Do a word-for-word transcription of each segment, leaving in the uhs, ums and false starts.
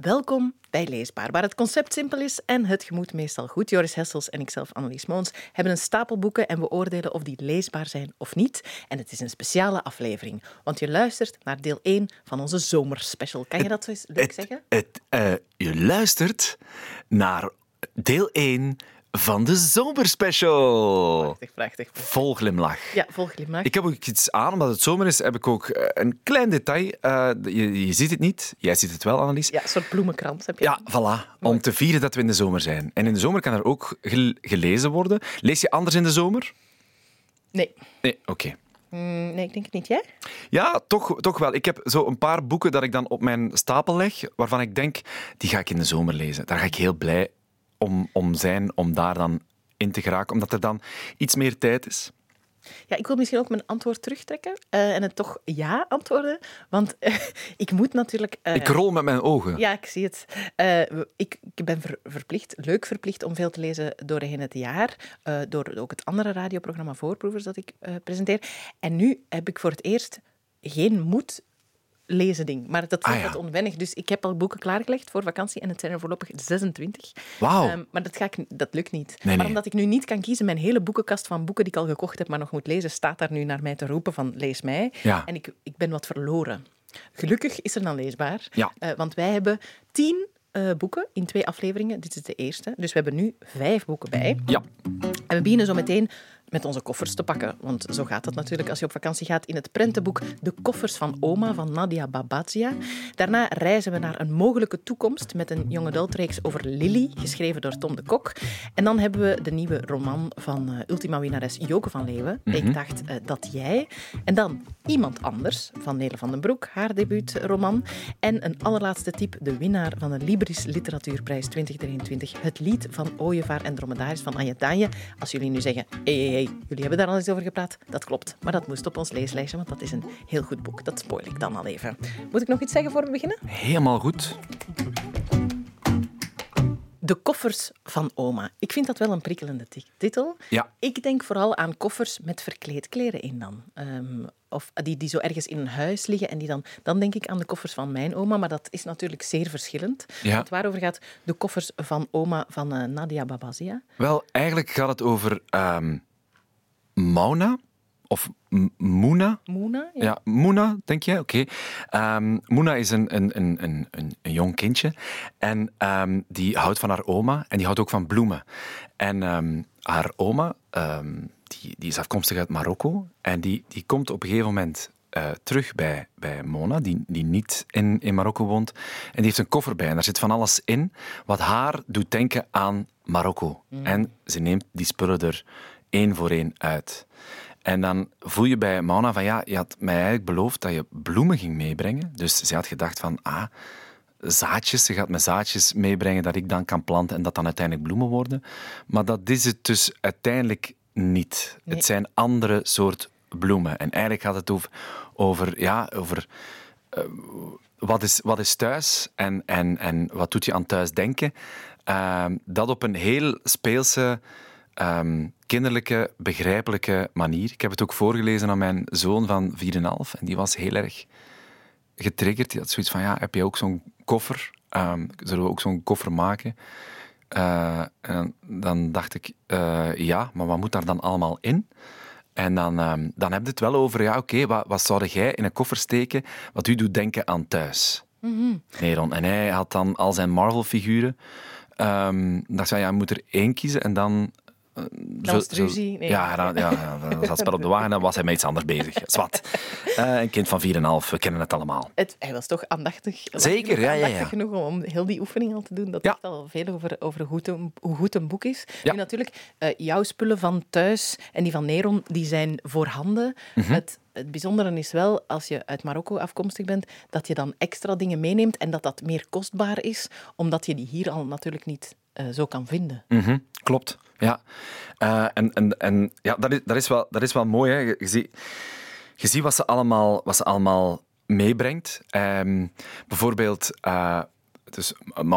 Welkom bij Leesbaar, waar het concept simpel is en het gemoed meestal goed. Joris Hessels en ikzelf, Annelies Moons, hebben een stapel boeken en we oordelen of die leesbaar zijn of niet. En het is een speciale aflevering, want je luistert naar deel één van onze zomerspecial. Kan je dat zo eens leuk het, zeggen? Het, uh, je luistert naar deel één van de zomerspecial. Prachtig, prachtig. Vol glimlach. Ja, vol glimlach. Ik heb ook iets aan, omdat het zomer is, heb ik ook een klein detail. Uh, je, je ziet het niet, jij ziet het wel, Annelies. Ja, een soort bloemenkrans heb je. Ja, voilà. Om te vieren dat we in de zomer zijn. En in de zomer kan er ook gel- gelezen worden. Lees je anders in de zomer? Nee. Nee, oké. Okay. Mm, nee, ik denk het niet. Jij? Ja, toch, toch wel. Ik heb zo een paar boeken dat ik dan op mijn stapel leg, waarvan ik denk, die ga ik in de zomer lezen. Daar ga ik heel blij om, om zijn, om daar dan in te geraken, omdat er dan iets meer tijd is. Ja, ik wil misschien ook mijn antwoord terugtrekken uh, en het toch ja antwoorden, want uh, ik moet natuurlijk... Uh, ik rol met mijn ogen. Ja, ik zie het. Uh, ik, ik ben ver, verplicht, leuk verplicht om veel te lezen doorheen het jaar, uh, door ook het andere radioprogramma Voorproevers dat ik uh, presenteer. En nu heb ik voor het eerst geen moed lezen ding. Maar dat wordt ah, ja. wat onwennig. Dus ik heb al boeken klaargelegd voor vakantie en het zijn er voorlopig zesentwintig. Wauw. Um, maar dat, ga ik, dat lukt niet. Nee, nee. Maar omdat ik nu niet kan kiezen, mijn hele boekenkast van boeken die ik al gekocht heb, maar nog moet lezen, staat daar nu naar mij te roepen van lees mij. Ja. En ik, ik ben wat verloren. Gelukkig is er dan leesbaar. Ja. Uh, want wij hebben tien uh, boeken in twee afleveringen. Dit is de eerste. Dus we hebben nu vijf boeken bij. Ja. En we beginnen zo meteen met onze koffers te pakken. Want zo gaat dat natuurlijk als je op vakantie gaat. In het prentenboek De Koffers van Oma van Nadia Babadzia. Daarna reizen we naar een mogelijke toekomst met een young adult reeks over Lily, geschreven door Tom de Kok. En dan hebben we de nieuwe roman van uh, ultima winnares Joke van Leeuwen. Mm-hmm. Ik dacht, uh, dat jij. En dan Iemand Anders van Nele van den Broek, haar debuutroman. En een allerlaatste tip, de winnaar van de Libris Literatuurprijs twintig drieëntwintig. Het lied van Ooievaar en Dromedaris van Anje Tanje. Als jullie nu zeggen, hé, hey, hey, hey, jullie hebben daar al eens over gepraat. Dat klopt, maar dat moest op ons leeslijstje, want dat is een heel goed boek. Dat spoil ik dan al even. Moet ik nog iets zeggen voor we beginnen? Helemaal goed. De Koffers van Oma. Ik vind dat wel een prikkelende titel. Ja. Ik denk vooral aan koffers met verkleedkleren in dan. Um, of die, die zo ergens in een huis liggen. En die dan, dan denk ik aan de koffers van mijn oma, maar dat is natuurlijk zeer verschillend. Ja. Want waarover gaat de koffers van oma van uh, Nadia Babadzia? Wel, eigenlijk gaat het over um, Mauna. Of M- Moena? Moena, ja. Ja, Moena, denk je? Oké. Okay. Um, Moena is een, een, een, een, een jong kindje. En um, die houdt van haar oma. En die houdt ook van bloemen. En um, haar oma, um, die, die is afkomstig uit Marokko. En die, die komt op een gegeven moment uh, terug bij, bij Mona, die, die niet in, in Marokko woont. En die heeft een koffer bij. En daar zit van alles in wat haar doet denken aan Marokko. Mm. En ze neemt die spullen er één voor één uit. En dan voel je bij Mauna van, ja, je had mij eigenlijk beloofd dat je bloemen ging meebrengen. Dus ze had gedacht van, ah, zaadjes, ze gaat me zaadjes meebrengen dat ik dan kan planten en dat dan uiteindelijk bloemen worden. Maar dat is het dus uiteindelijk niet. Nee. Het zijn andere soort bloemen. En eigenlijk gaat het over, over ja, over uh, wat, is, wat is thuis en, en, en wat doet je aan thuis denken. Uh, dat op een heel speelse, Um, kinderlijke, begrijpelijke manier. Ik heb het ook voorgelezen aan mijn zoon van vier en een half en die was heel erg getriggerd. Die had zoiets van, ja, heb je ook zo'n koffer? Um, zullen we ook zo'n koffer maken? Uh, en dan dacht ik, uh, ja, maar wat moet daar dan allemaal in? En dan, um, dan heb je het wel over, ja, oké, okay, wat, wat zou jij in een koffer steken wat u doet denken aan thuis? Mm-hmm. Neron. En hij had dan al zijn Marvel-figuren. Um, dacht hij, ja, je moet er één kiezen en dan... Uh, dan was het ruzie. Nee. Ja, dan, ja, ja, dan was het spel op de wagen en dan was hij met iets anders bezig. Zwat. Uh, een kind van vier en een half, we kennen het allemaal. Het, hij was toch aandachtig. Zeker, ja, ja, ja. Aandachtig genoeg om heel die oefening al te doen. Dat ja. zegt al veel over, over hoe, goed een, hoe goed een boek is. Ja. Nu natuurlijk, uh, jouw spullen van thuis en die van Neron, die zijn voorhanden. Mm-hmm. Het, het bijzondere is wel, als je uit Marokko afkomstig bent, dat je dan extra dingen meeneemt en dat dat meer kostbaar is, omdat je die hier al natuurlijk niet uh, zo kan vinden. Mm-hmm. Klopt, ja. Uh, en en, en ja, dat, is, dat, is wel, dat is wel mooi. Hè. Je, je, ziet, je ziet wat ze allemaal, wat ze allemaal meebrengt. Um, bijvoorbeeld, uh, dus Mauna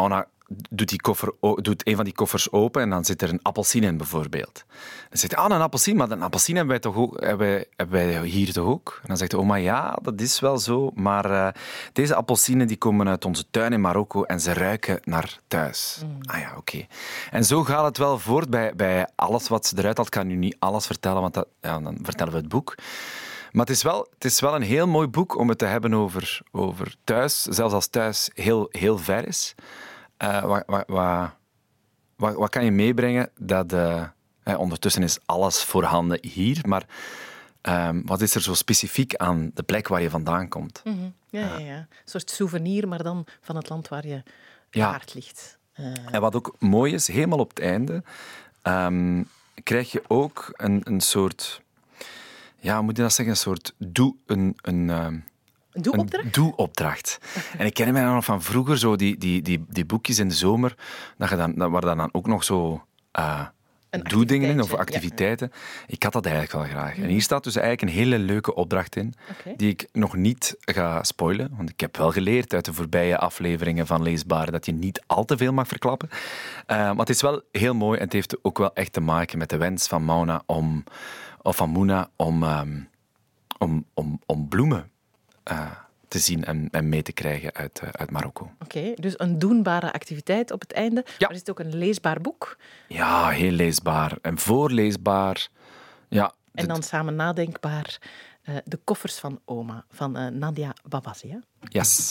doet, die koffer, doet een van die koffers open en dan zit er een appelsine in, bijvoorbeeld. Dan zegt hij, ah, een appelsine, maar een appelsine hebben wij, toch ook, hebben wij, hebben wij hier toch ook? En dan zegt de oma, ja, dat is wel zo, maar uh, deze appelsinen die komen uit onze tuin in Marokko en ze ruiken naar thuis. Mm. Ah ja, oké. Okay. En zo gaat het wel voort bij, bij alles wat ze eruit haalt. Ik kan nu niet alles vertellen, want dat, ja, dan vertellen we het boek. Maar het is, wel, het is wel een heel mooi boek om het te hebben over, over thuis, zelfs als thuis heel, heel ver is. Uh, wat, wat, wat, wat, wat kan je meebrengen? Dat, uh, eh, ondertussen is alles voorhanden hier, maar um, wat is er zo specifiek aan de plek waar je vandaan komt? Mm-hmm. Ja, ja, ja. Een soort souvenir, maar dan van het land waar je ja. hart ligt. Uh. En wat ook mooi is, helemaal op het einde um, krijg je ook een, een soort... Ja, hoe moet je dat zeggen? Een soort doe... Een, een, um, Een doe-opdracht? Een doe-opdracht. En ik ken mij nog van vroeger, zo die, die, die, die boekjes in de zomer, dat je dan, dat waar dan ook nog zo uh, doe-dingen in, of activiteiten. Ja. Ik had dat eigenlijk wel graag. Mm. En hier staat dus eigenlijk een hele leuke opdracht in, okay. die ik nog niet ga spoilen, want ik heb wel geleerd uit de voorbije afleveringen van Leesbaar dat je niet al te veel mag verklappen. Uh, maar het is wel heel mooi en het heeft ook wel echt te maken met de wens van Mauna om, of van Mouna om, um, om, om, om bloemen Uh, te zien en, en mee te krijgen uit, uh, uit Marokko. Oké, okay, dus een doenbare activiteit op het einde. Ja. Maar is het ook een leesbaar boek? Ja, heel leesbaar. En voorleesbaar. Ja, en dan samen nadenkbaar. Uh, De koffers van oma, van uh, Nadia Babazia. Yes.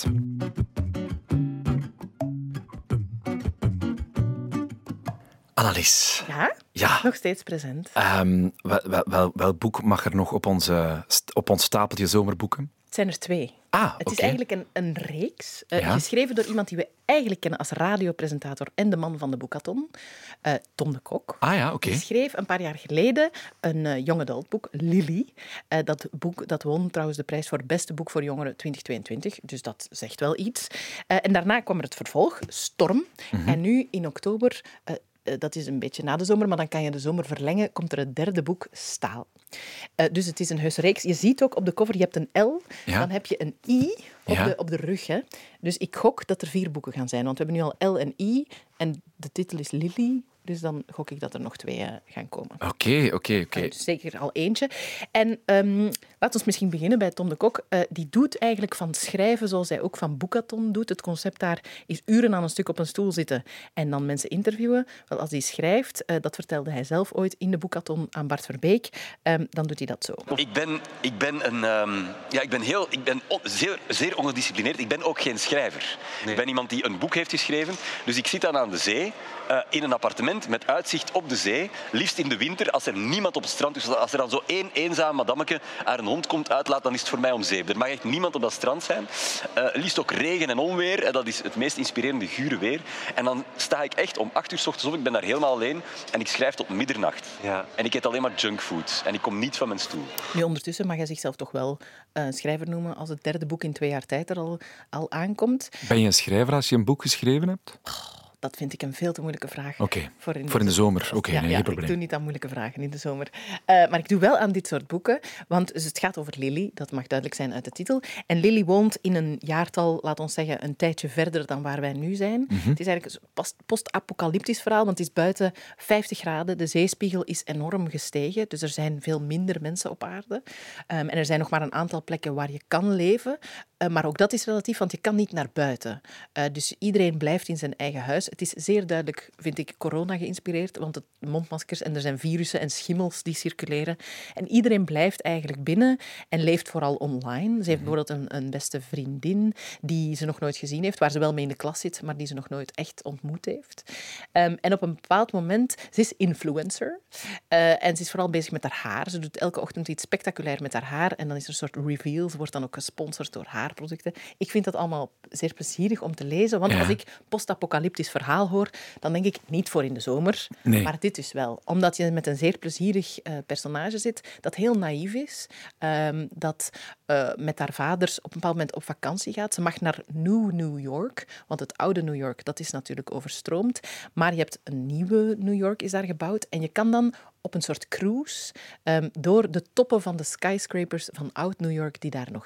Annelies. Ja? Ja. Nog steeds present. Um, wel, wel, wel, welk boek mag er nog op, onze, op ons stapeltje zomerboeken? Het zijn er twee. Ah, het okay. is eigenlijk een, een reeks, uh, ja? geschreven door iemand die we eigenlijk kennen als radiopresentator en de man van de boekathon, uh, Tom de Kok. Ah ja, oké. Okay. Die schreef een paar jaar geleden een uh, young adult boek, Lily. Uh, dat boek dat won trouwens de prijs voor beste boek voor jongeren twintig tweeëntwintig, dus dat zegt wel iets. Uh, en daarna kwam er het vervolg, Storm. Mm-hmm. En nu in oktober... Uh, Dat is een beetje na de zomer, maar dan kan je de zomer verlengen. Komt er het derde boek, Staal. Uh, dus het is een heus reeks. Je ziet ook op de cover, je hebt een L, ja. dan heb je een I op, ja. de, op de rug. Hè. Dus ik gok dat er vier boeken gaan zijn. Want we hebben nu al L en I en de titel is Lily. Dus dan gok ik dat er nog twee uh, gaan komen. Oké, okay, oké, okay, oké. Okay. Dus zeker al eentje. En um, laten we misschien beginnen bij Tom de Kok. Uh, die doet eigenlijk van schrijven zoals hij ook van boekathon doet. Het concept daar is uren aan een stuk op een stoel zitten en dan mensen interviewen. Wel, als hij schrijft, uh, dat vertelde hij zelf ooit in de boekathon aan Bart Verbeek, um, dan doet hij dat zo. Ik ben, ik ben, een, um, ja, ik ben, heel, ik ben on, zeer, zeer ongedisciplineerd. Ik ben ook geen schrijver. Nee. Ik ben iemand die een boek heeft geschreven. Dus ik zit dan aan de zee, uh, in een appartement met uitzicht op de zee. Liefst in de winter, als er niemand op het strand is. Als er dan zo één eenzaam madammeke haar een hond komt uitlaat, dan is het voor mij om zeep. Er mag echt niemand op dat strand zijn. Uh, liefst ook regen en onweer. En dat is het meest inspirerende gure weer. En dan sta ik echt om acht uur 's ochtends op. Ik ben daar helemaal alleen. En ik schrijf tot middernacht. Ja. En ik eet alleen maar junkfood. En ik kom niet van mijn stoel. Nu, ondertussen mag hij zichzelf toch wel een uh, schrijver noemen als het derde boek in twee jaar tijd er al, al aankomt. Ben je een schrijver als je een boek geschreven hebt? Oh, dat vind ik een veel te moeilijke vraag. Oké, okay. voor, voor in de zomer. Oké, okay, ja, nee, ja, geen probleem. Ik doe niet aan moeilijke vragen in de zomer. Uh, maar ik doe wel aan dit soort boeken, want dus het gaat over Lily, dat mag duidelijk zijn uit de titel. En Lily woont in een jaartal, laat ons zeggen, een tijdje verder dan waar wij nu zijn. Mm-hmm. Het is eigenlijk een post-apocalyptisch verhaal, want het is buiten vijftig graden. De zeespiegel is enorm gestegen, dus er zijn veel minder mensen op aarde. Um, en er zijn nog maar een aantal plekken waar je kan leven. Uh, maar ook dat is relatief, want je kan niet naar buiten. Uh, dus iedereen blijft in zijn eigen huis. Het is zeer duidelijk, vind ik, corona geïnspireerd, want het mondmaskers en er zijn virussen en schimmels die circuleren. En iedereen blijft eigenlijk binnen en leeft vooral online. Ze heeft bijvoorbeeld een, een beste vriendin die ze nog nooit gezien heeft, waar ze wel mee in de klas zit, maar die ze nog nooit echt ontmoet heeft. Um, en op een bepaald moment, ze is influencer uh, en ze is vooral bezig met haar haar. Ze doet elke ochtend iets spectaculair met haar haar en dan is er een soort reveal. Ze wordt dan ook gesponsord door haarproducten. Ik vind dat allemaal zeer plezierig om te lezen, want ja. als ik post-apocalyptisch verhaal hoor, dan denk ik niet voor in de zomer, nee. maar dit dus wel. Omdat je met een zeer plezierig uh, personage zit, dat heel naïef is, um, dat uh, met haar vaders op een bepaald moment op vakantie gaat. Ze mag naar New New York, want het oude New York, dat is natuurlijk overstroomd, maar je hebt een nieuwe New York is daar gebouwd en je kan dan op een soort cruise um, door de toppen van de skyscrapers van oud New York die daar nog staan.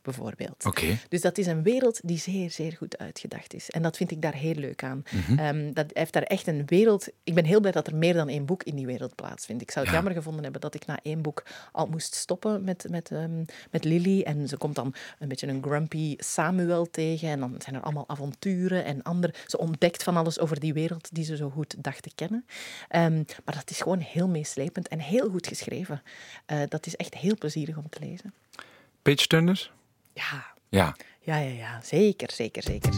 bijvoorbeeld. Okay. Dus dat is een wereld die zeer, zeer goed uitgedacht is. En dat vind ik daar heel leuk aan. Mm-hmm. Um, dat heeft daar echt een wereld... Ik ben heel blij dat er meer dan één boek in die wereld plaatsvindt. Ik zou het ja. jammer gevonden hebben dat ik na één boek al moest stoppen met, met, um, met Lily. En ze komt dan een beetje een grumpy Samuel tegen. En dan zijn er allemaal avonturen en andere... Ze ontdekt van alles over die wereld die ze zo goed dacht te kennen. Um, maar dat is gewoon heel meeslepend en heel goed geschreven. Uh, dat is echt heel plezierig om te lezen. Page Turner? Ja. Ja. Ja, ja, ja. Zeker, zeker, zeker.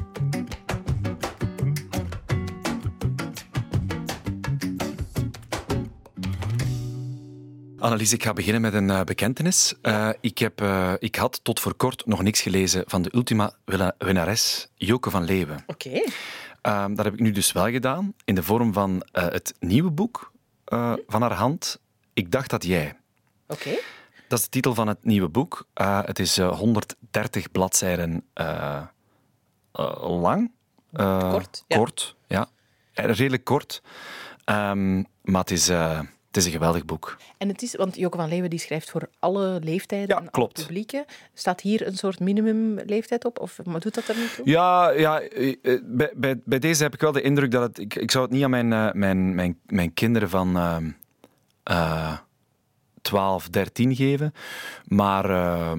Annelies, ik ga beginnen met een uh, bekentenis. Uh, ik, heb, uh, ik had tot voor kort nog niks gelezen van de ultima winnares, Joke van Leeuwen. Oké. Okay. Uh, dat heb ik nu dus wel gedaan, in de vorm van uh, het nieuwe boek uh, van haar hand. Ik dacht dat jij. Oké. Okay. Dat is de titel van het nieuwe boek. Uh, het is uh, honderddertig bladzijden uh, uh, lang. Uh, kort. Ja. Kort, ja. Redelijk kort. Um, maar het is... Uh, Het is een geweldig boek. En het is, want Joke van Leeuwen die schrijft voor alle leeftijden ja, en klopt. alle publieken. Staat hier een soort minimumleeftijd op? Of doet dat er niet toe? Ja, ja bij, bij, bij deze heb ik wel de indruk dat het... Ik, ik zou het niet aan mijn, uh, mijn, mijn, mijn kinderen van uh, uh, twaalf, dertien geven, maar uh,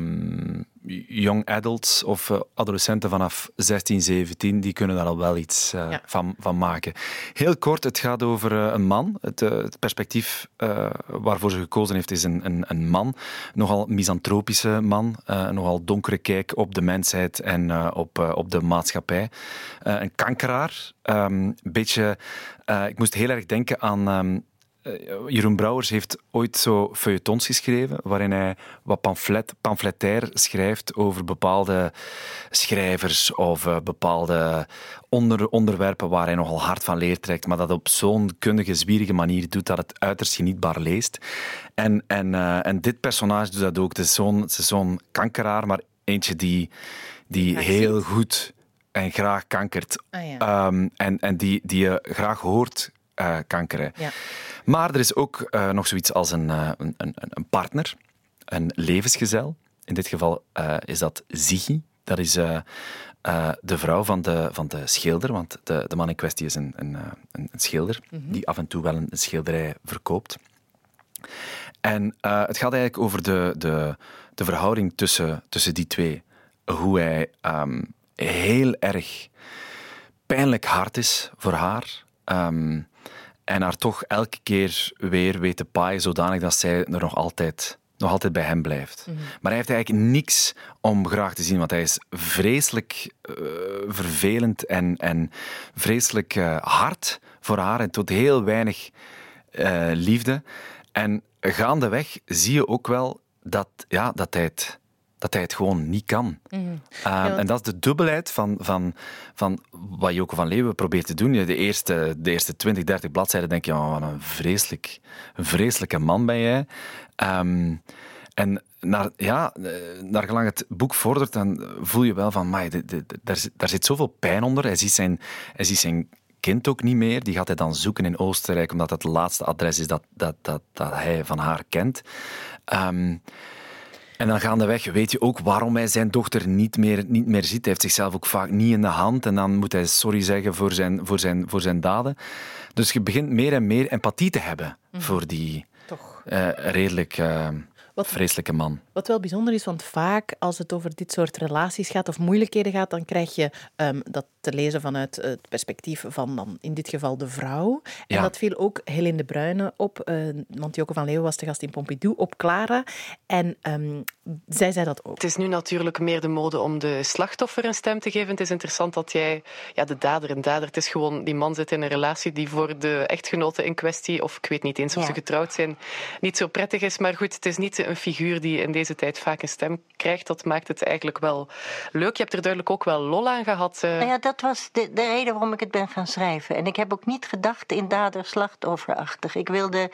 young adults of uh, adolescenten vanaf zestien, zeventien, die kunnen daar al wel iets uh, ja. van, van maken. Heel kort, het gaat over uh, een man. Het, uh, het perspectief uh, waarvoor ze gekozen heeft is een, een, een man. Nogal misantropische man. Uh, nogal donkere kijk op de mensheid en uh, op, uh, op de maatschappij. Uh, een kankeraar. Um, een beetje... Uh, ik moest heel erg denken aan... Um, Jeroen Brouwers heeft ooit zo feuilletons geschreven waarin hij wat pamflet, pamfletair schrijft over bepaalde schrijvers of uh, bepaalde onder, onderwerpen waar hij nogal hard van leer trekt, maar dat op zo'n kundige, zwierige manier doet dat het uiterst genietbaar leest. En, en, uh, en dit personage doet dat ook. Het is zo'n, het is zo'n kankeraar, maar eentje die, die heel goed en graag kankert. Ah, ja. um, en, en die, die je graag hoort uh, kankeren. Ja. Maar er is ook uh, nog zoiets als een, uh, een, een, een partner, een levensgezel. In dit geval uh, is dat Ziggy. Dat is uh, uh, de vrouw van de, van de schilder, want de, de man in kwestie is een, een, een, een schilder mm-hmm. die af en toe wel een schilderij verkoopt. En uh, het gaat eigenlijk over de, de, de verhouding tussen, tussen die twee. Hoe hij um, heel erg pijnlijk hard is voor haar. Um, En haar toch elke keer weer weet te paaien zodanig dat zij er nog altijd, nog altijd bij hem blijft. Mm-hmm. Maar hij heeft eigenlijk niks om graag te zien, want hij is vreselijk uh, vervelend en, en vreselijk uh, hard voor haar en tot heel weinig uh, liefde. En gaandeweg zie je ook wel dat, ja, dat hij het... dat hij het gewoon niet kan. Mm-hmm. Uh, ja, en dat is de dubbelheid van, van, van wat Joke van Leeuwen probeert te doen. De eerste, de eerste twintig, dertig bladzijden denk je, oh, wat een, vreselijk, een vreselijke man ben jij. Um, en naar, ja, naar gelang het boek vordert, dan voel je wel van, maar daar, daar zit zoveel pijn onder. Hij ziet zijn, hij ziet zijn kind ook niet meer. Die gaat hij dan zoeken in Oostenrijk, omdat het laatste adres is dat, dat, dat, dat hij van haar kent. Um, En dan gaandeweg weet je ook waarom hij zijn dochter niet meer, niet meer ziet. Hij heeft zichzelf ook vaak niet in de hand en dan moet hij sorry zeggen voor zijn, voor zijn, voor zijn daden. Dus je begint meer en meer empathie te hebben mm. voor die uh, redelijk uh, wat, vreselijke man. Wat wel bijzonder is, want vaak als het over dit soort relaties gaat of moeilijkheden gaat, dan krijg je um, dat te lezen vanuit het perspectief van dan in dit geval de vrouw. En ja. dat viel ook Helene de Bruyne op, uh, want Joke van Leeuwen was de gast in Pompidou, op Clara. En um, zij zei dat ook. Het is nu natuurlijk meer de mode om de slachtoffer een stem te geven. Het is interessant dat jij ja, de dader en dader, het is gewoon die man zit in een relatie die voor de echtgenoten in kwestie, of ik weet niet eens of ja. ze getrouwd zijn, niet zo prettig is. Maar goed, het is niet een figuur die in deze tijd vaak een stem krijgt. Dat maakt het eigenlijk wel leuk. Je hebt er duidelijk ook wel lol aan gehad. Uh... Nou ja, dat was de, de reden waarom ik het ben gaan schrijven. En ik heb ook niet gedacht in dader-slachtofferachtig. Ik wilde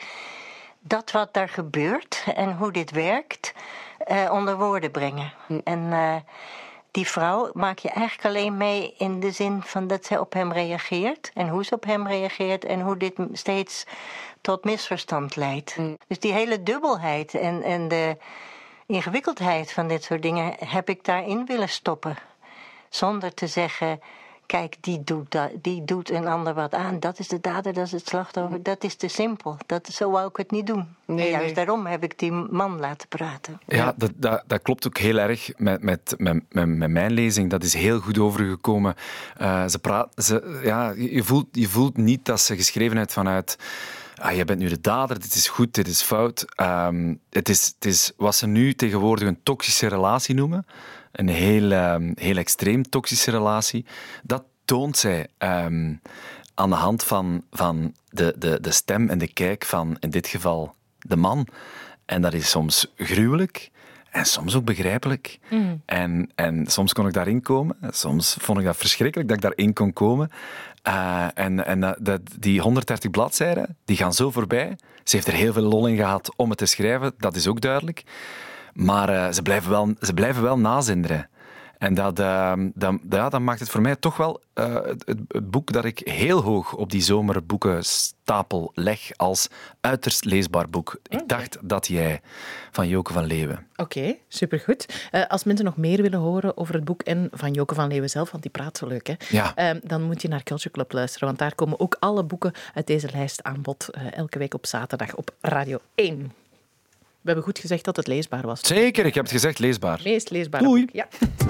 dat wat daar gebeurt en hoe dit werkt uh, onder woorden brengen. Hm. En uh, die vrouw maak je eigenlijk alleen mee in de zin van dat zij op hem reageert en hoe ze op hem reageert en hoe dit steeds tot misverstand leidt. Hm. Dus die hele dubbelheid en, en de, ingewikkeldheid van dit soort dingen heb ik daarin willen stoppen. Zonder te zeggen, kijk, die doet, dat, die doet een ander wat aan. Dat is de dader, dat is het slachtoffer. Dat is te simpel. Dat, zo wou ik het niet doen. Nee, en juist nee. daarom heb ik die man laten praten. Ja, dat, dat, dat klopt ook heel erg met, met, met, met, met mijn lezing. Dat is heel goed overgekomen. Uh, ze praat, ze, ja, je, voelt, je voelt niet dat ze geschreven heeft vanuit... Ah, je bent nu de dader, dit is goed, dit is fout. Um, het, is, het is wat ze nu tegenwoordig een toxische relatie noemen. Een heel, um, heel extreem toxische relatie. Dat toont zij um, aan de hand van, van de, de, de stem en de kijk van, in dit geval, de man. En dat is soms gruwelijk en soms ook begrijpelijk. Mm. En, en soms kon ik daarin komen. Soms vond ik dat verschrikkelijk dat ik daarin kon komen. Uh, en en dat, dat, die honderddertig bladzijden, die gaan zo voorbij. Ze heeft er heel veel lol in gehad om het te schrijven, dat is ook duidelijk. Maar uh, ze, blijven wel, ze blijven wel nazinderen. En dat, uh, dat, ja, dat maakt het voor mij toch wel uh, het, het boek dat ik heel hoog op die zomerboekenstapel leg als uiterst leesbaar boek. Okay. Ik dacht dat jij van Joke van Leeuwen. Oké, okay, supergoed. Uh, als mensen nog meer willen horen over het boek en van Joke van Leeuwen zelf, want die praat zo leuk, hè? Ja. Uh, dan moet je naar Culture Club luisteren, want daar komen ook alle boeken uit deze lijst aan bod. Uh, elke week op zaterdag op Radio één. We hebben goed gezegd dat het leesbaar was. Zeker, ik heb het gezegd, leesbaar. Het meest leesbare Doei. boek. Ja.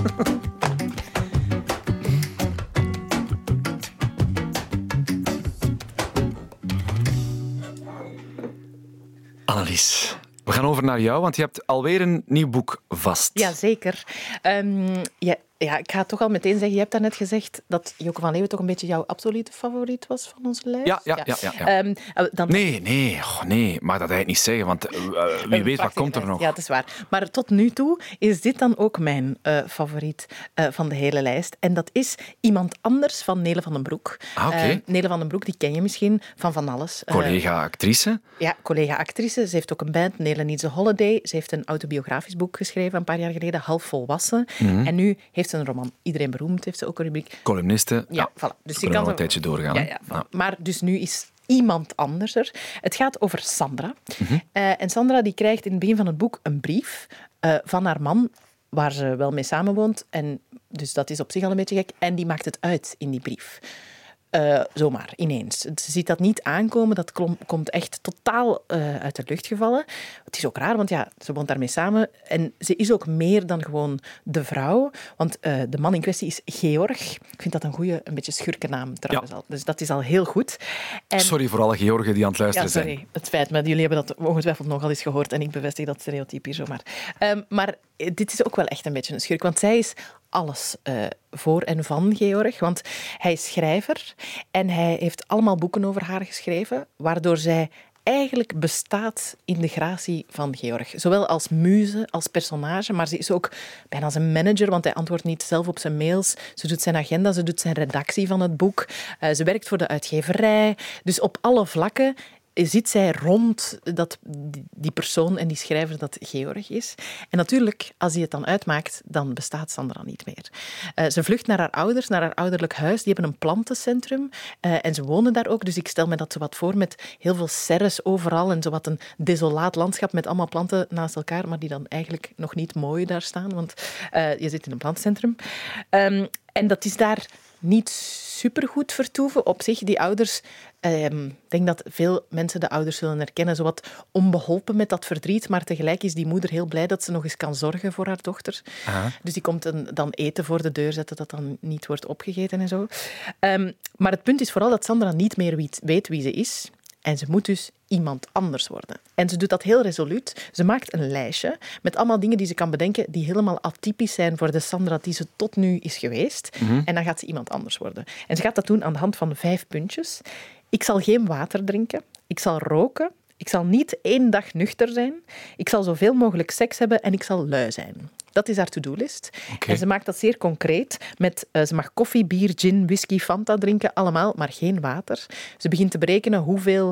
Annelies, we gaan over naar jou, want je hebt alweer een nieuw boek vast. Jazeker. Um, ja, ja, ik ga toch al meteen zeggen, je hebt daarnet gezegd dat Joke van Leeuwen toch een beetje jouw absolute favoriet was van onze lijst. Ja, ja, ja. ja, ja. Um, dan... Nee, nee, oh, nee, mag dat eigenlijk niet zeggen, want uh, wie weet wat komt er nog. Ja, dat is waar. Maar tot nu toe is dit dan ook mijn uh, favoriet uh, van de hele lijst. En dat is Iemand Anders van Nele van den Broek. Ah, oké. Okay. Uh, Nele van den Broek, die ken je misschien van van alles. Collega-actrice? Uh, ja, collega-actrice. Ze heeft ook een band, Nele Needs a Holiday. Ze heeft een autobiografisch boek geschreven een paar jaar geleden, Half Volwassen. Mm-hmm. En nu heeft ze een roman. Iedereen beroemd heeft ze ook een rubriek. Columniste. Ja, ja voilà. Dus je kan nog een tijdje doorgaan. Ja, ja, ja. Maar dus nu is iemand anders er. Het gaat over Sandra. Mm-hmm. Uh, en Sandra die krijgt in het begin van het boek een brief uh, van haar man, waar ze wel mee samenwoont. En dus dat is op zich al een beetje gek. En die maakt het uit in die brief. Uh, zomaar, ineens. Ze ziet dat niet aankomen. Dat klom, komt echt totaal uh, uit de lucht gevallen. Het is ook raar, want ja, ze woont daarmee samen. En ze is ook meer dan gewoon de vrouw. Want uh, de man in kwestie is Georg. Ik vind dat een goede, een beetje schurkennaam trouwens. Ja. Al. Dus dat is al heel goed. En... Sorry voor alle Georgen die aan het luisteren ja, sorry. zijn. Het feit, maar jullie hebben dat ongetwijfeld nogal eens gehoord. En ik bevestig dat stereotype hier zomaar. Um, maar dit is ook wel echt een beetje een schurk. Want zij is alles uh, voor en van Georg. Want hij is schrijver en hij heeft allemaal boeken over haar geschreven, waardoor zij eigenlijk bestaat in de gratie van Georg. Zowel als muze, als personage, maar ze is ook bijna zijn manager, want hij antwoordt niet zelf op zijn mails. Ze doet zijn agenda, ze doet zijn redactie van het boek. Uh, ze werkt voor de uitgeverij. Dus op alle vlakken zit zij rond dat, die persoon en die schrijver dat Georg is. En natuurlijk, als hij het dan uitmaakt, dan bestaat Sandra niet meer. Uh, ze vlucht naar haar ouders, naar haar ouderlijk huis. Die hebben een plantencentrum uh, en ze wonen daar ook. Dus ik stel me dat zo wat voor met heel veel serres overal en zo wat een desolaat landschap met allemaal planten naast elkaar, maar die dan eigenlijk nog niet mooi daar staan, want uh, je zit in een plantencentrum. Um, en dat is daar niet supergoed vertoeven. Op zich, die ouders... Ik um, denk dat veel mensen de ouders zullen herkennen. Zo wat onbeholpen met dat verdriet. Maar tegelijk is die moeder heel blij dat ze nog eens kan zorgen voor haar dochter. Aha. Dus die komt een, dan eten voor de deur zetten dat dan niet wordt opgegeten en zo. Um, maar het punt is vooral dat Sandra niet meer weet, weet wie ze is. En ze moet dus iemand anders worden. En ze doet dat heel resoluut. Ze maakt een lijstje met allemaal dingen die ze kan bedenken die helemaal atypisch zijn voor de Sandra die ze tot nu is geweest. Mm-hmm. En dan gaat ze iemand anders worden. En ze gaat dat doen aan de hand van vijf puntjes. Ik zal geen water drinken. Ik zal roken. Ik zal niet één dag nuchter zijn. Ik zal zoveel mogelijk seks hebben en ik zal lui zijn. Dat is haar to-do-list. Okay. En ze maakt dat zeer concreet. Met, uh, ze mag koffie, bier, gin, whisky, Fanta drinken, allemaal, maar geen water. Ze begint te berekenen hoeveel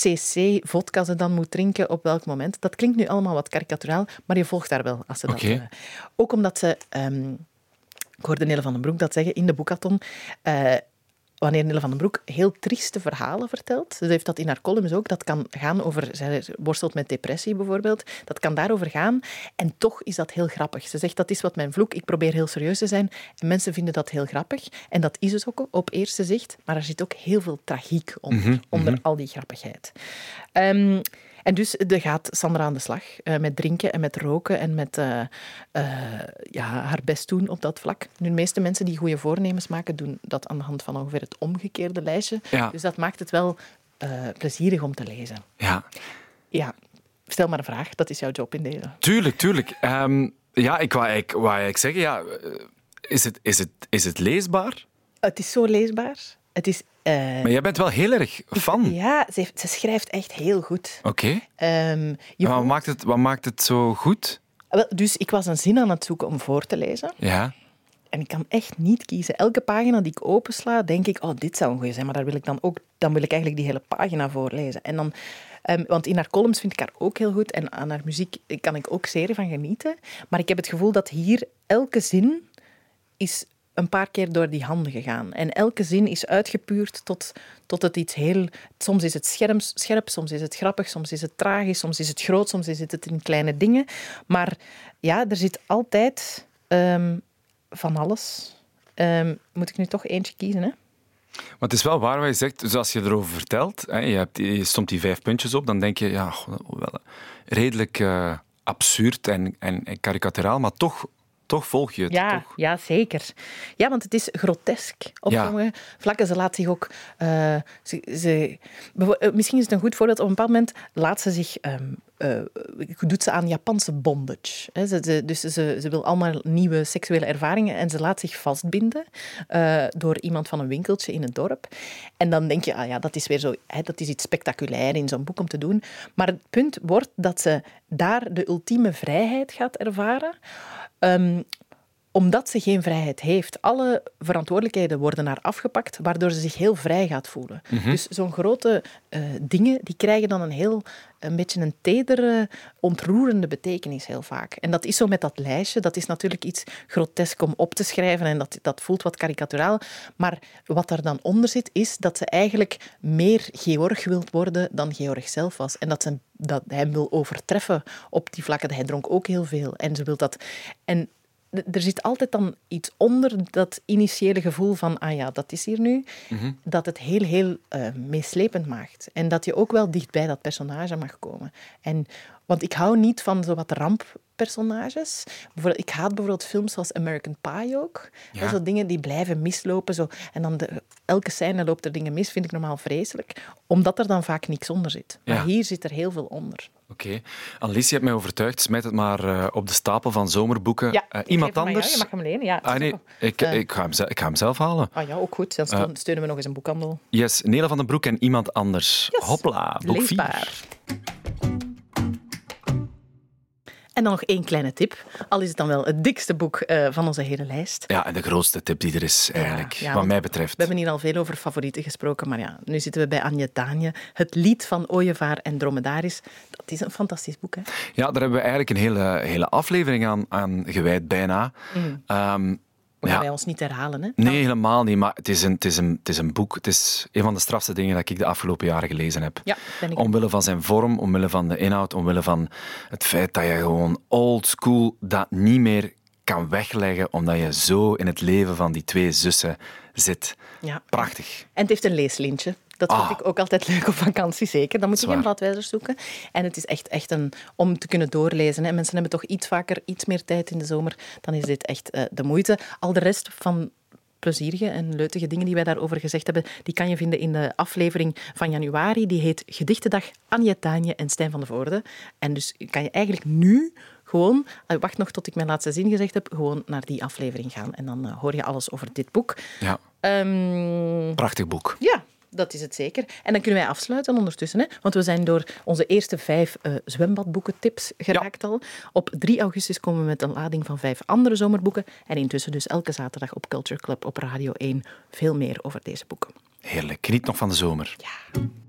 cc vodka ze dan moet drinken op welk moment. Dat klinkt nu allemaal wat karikaturaal, maar je volgt daar wel. Als ze okay. dat, uh, ook omdat ze... Um, ik hoorde Nele van den Broek dat zeggen in de boekathon... Uh, wanneer Nele van den Broek heel trieste verhalen vertelt. Ze heeft dat in haar columns ook. Dat kan gaan over... Zij worstelt met depressie bijvoorbeeld. Dat kan daarover gaan. En toch is dat heel grappig. Ze zegt, dat is wat mijn vloek. Ik probeer heel serieus te zijn. En mensen vinden dat heel grappig. En dat is het ook op eerste zicht. Maar er zit ook heel veel tragiek onder, mm-hmm. onder al die grappigheid. Um, En dus de gaat Sandra aan de slag uh, met drinken en met roken en met uh, uh, ja, haar best doen op dat vlak. Nu, de meeste mensen die goede voornemens maken, doen dat aan de hand van ongeveer het omgekeerde lijstje. Ja. Dus dat maakt het wel uh, plezierig om te lezen. Ja. Ja, stel maar een vraag. Dat is jouw job in deze. Tuurlijk, tuurlijk. Um, ja, ik wou eigenlijk, wou eigenlijk zeggen, ja, is, het, is, het, is het leesbaar? Het is zo leesbaar. Het is... Uh, maar jij bent wel heel erg fan. Ja, ze, heeft, ze schrijft echt heel goed. Oké. Okay. Um, wat, maakt het, wat maakt het zo goed? Wel, dus ik was een zin aan het zoeken om voor te lezen. Ja. En ik kan echt niet kiezen. Elke pagina die ik opensla, denk ik, oh, dit zou een goeie zijn. Maar daar wil ik dan ook, dan wil ik eigenlijk die hele pagina voorlezen. En dan, um, want in haar columns vind ik haar ook heel goed. En aan haar muziek kan ik ook zeer van genieten. Maar ik heb het gevoel dat hier elke zin is een paar keer door die handen gegaan. En elke zin is uitgepuurd tot, tot het iets heel... Soms is het scherp, scherp, soms is het grappig, soms is het tragisch, soms is het groot, soms is het in kleine dingen. Maar ja, er zit altijd um, van alles. Um, moet ik nu toch eentje kiezen, hè? Maar het is wel waar wat je zegt. Dus als je erover vertelt, hè, je, hebt, je stomt die vijf puntjes op, dan denk je, ja, wel redelijk uh, absurd en, en, en karikaturaal, maar toch... Toch volg je het, ja, toch? Ja, zeker. Ja, want het is grotesk op ja. sommige vlakken. Ze laat zich ook... Uh, ze, ze, misschien is het een goed voorbeeld. Op een bepaald moment laat ze zich... Um, uh, doet ze aan Japanse bondage. Hè. Ze, ze, dus ze, ze wil allemaal nieuwe seksuele ervaringen en ze laat zich vastbinden uh, door iemand van een winkeltje in het dorp. En dan denk je, ah ja, dat is weer zo... Hè, dat is iets spectaculair in zo'n boek om te doen. Maar het punt wordt dat ze daar de ultieme vrijheid gaat ervaren... Um, omdat ze geen vrijheid heeft. Alle verantwoordelijkheden worden haar afgepakt, waardoor ze zich heel vrij gaat voelen. Mm-hmm. Dus zo'n grote uh, dingen, die krijgen dan een heel, een beetje een tedere, ontroerende betekenis heel vaak. En dat is zo met dat lijstje. Dat is natuurlijk iets grotesk om op te schrijven en dat, dat voelt wat karikaturaal. Maar wat daar dan onder zit, is dat ze eigenlijk meer Georg wil worden dan Georg zelf was. En dat, ze, dat hij hem wil overtreffen op die vlakken. Hij dronk ook heel veel. En ze wil dat... En er zit altijd dan iets onder dat initiële gevoel van, ah ja, dat is hier nu, mm-hmm. dat het heel, heel uh, meeslepend maakt. En dat je ook wel dicht bij dat personage mag komen. En, want ik hou niet van zo wat ramppersonages. Ik haat bijvoorbeeld films zoals American Pie ook. Ja. Zo dingen die blijven mislopen. Zo. En dan de, elke scène loopt er dingen mis, vind ik normaal vreselijk. Omdat er dan vaak niks onder zit. Maar ja. hier zit er heel veel onder. Oké. Okay. Annelies, je hebt mij overtuigd. Smijt het maar uh, op de stapel van zomerboeken. Ja, uh, iemand anders? Je mag hem lenen. Ja, ah, nee, ik, uh, ik, ga hem zelf, ik ga hem zelf halen. Ah ja, ook goed. Dan steunen, uh, steunen we nog eens een boekhandel. Yes, Nele van den Broek en iemand anders. Yes. Hopla, boek Leesbaar. vier. En dan nog één kleine tip. Al is het dan wel het dikste boek uh, van onze hele lijst. Ja, en de grootste tip die er is, eigenlijk, ja, ja, wat mij betreft. We hebben hier al veel over favorieten gesproken, maar ja, nu zitten we bij Anje Daanje. Het lied van Ooievaar en Dromedaris. Dat is een fantastisch boek, hè? Ja, daar hebben we eigenlijk een hele, hele aflevering aan, aan gewijd, bijna. Mm. Um, We gaan ja. wij ons niet herhalen, hè? Nee, helemaal niet. Maar het is, een, het, is een, het is een boek. Het is een van de strafste dingen dat ik de afgelopen jaren gelezen heb. Ja, ben ik. Omwille van zijn vorm, omwille van de inhoud, omwille van het feit dat je gewoon old school dat niet meer kan wegleggen, omdat je zo in het leven van die twee zussen zit. Ja. Prachtig. En het heeft een leeslintje. Dat vind ah. ik ook altijd leuk op vakantie, zeker. Dan moet je geen bladwijzers zoeken. En het is echt, echt een, om te kunnen doorlezen. Hè. Mensen hebben toch iets vaker, iets meer tijd in de zomer. Dan is dit echt uh, de moeite. Al de rest van plezierige en leutige dingen die wij daarover gezegd hebben, die kan je vinden in de aflevering van januari. Die heet Gedichtendag, Anje Daanje en Stijn van de Voorde. En dus kan je eigenlijk nu gewoon, wacht nog tot ik mijn laatste zin gezegd heb, gewoon naar die aflevering gaan. En dan uh, hoor je alles over dit boek. Ja. Um, Prachtig boek. Ja. Dat is het zeker. En dan kunnen wij afsluiten ondertussen. Hè? Want we zijn door onze eerste vijf uh, zwembadboekentips geraakt ja. al. Op drie augustus komen we met een lading van vijf andere zomerboeken. En intussen dus elke zaterdag op Culture Club op Radio één veel meer over deze boeken. Heerlijk. Geniet nog van de zomer. Ja.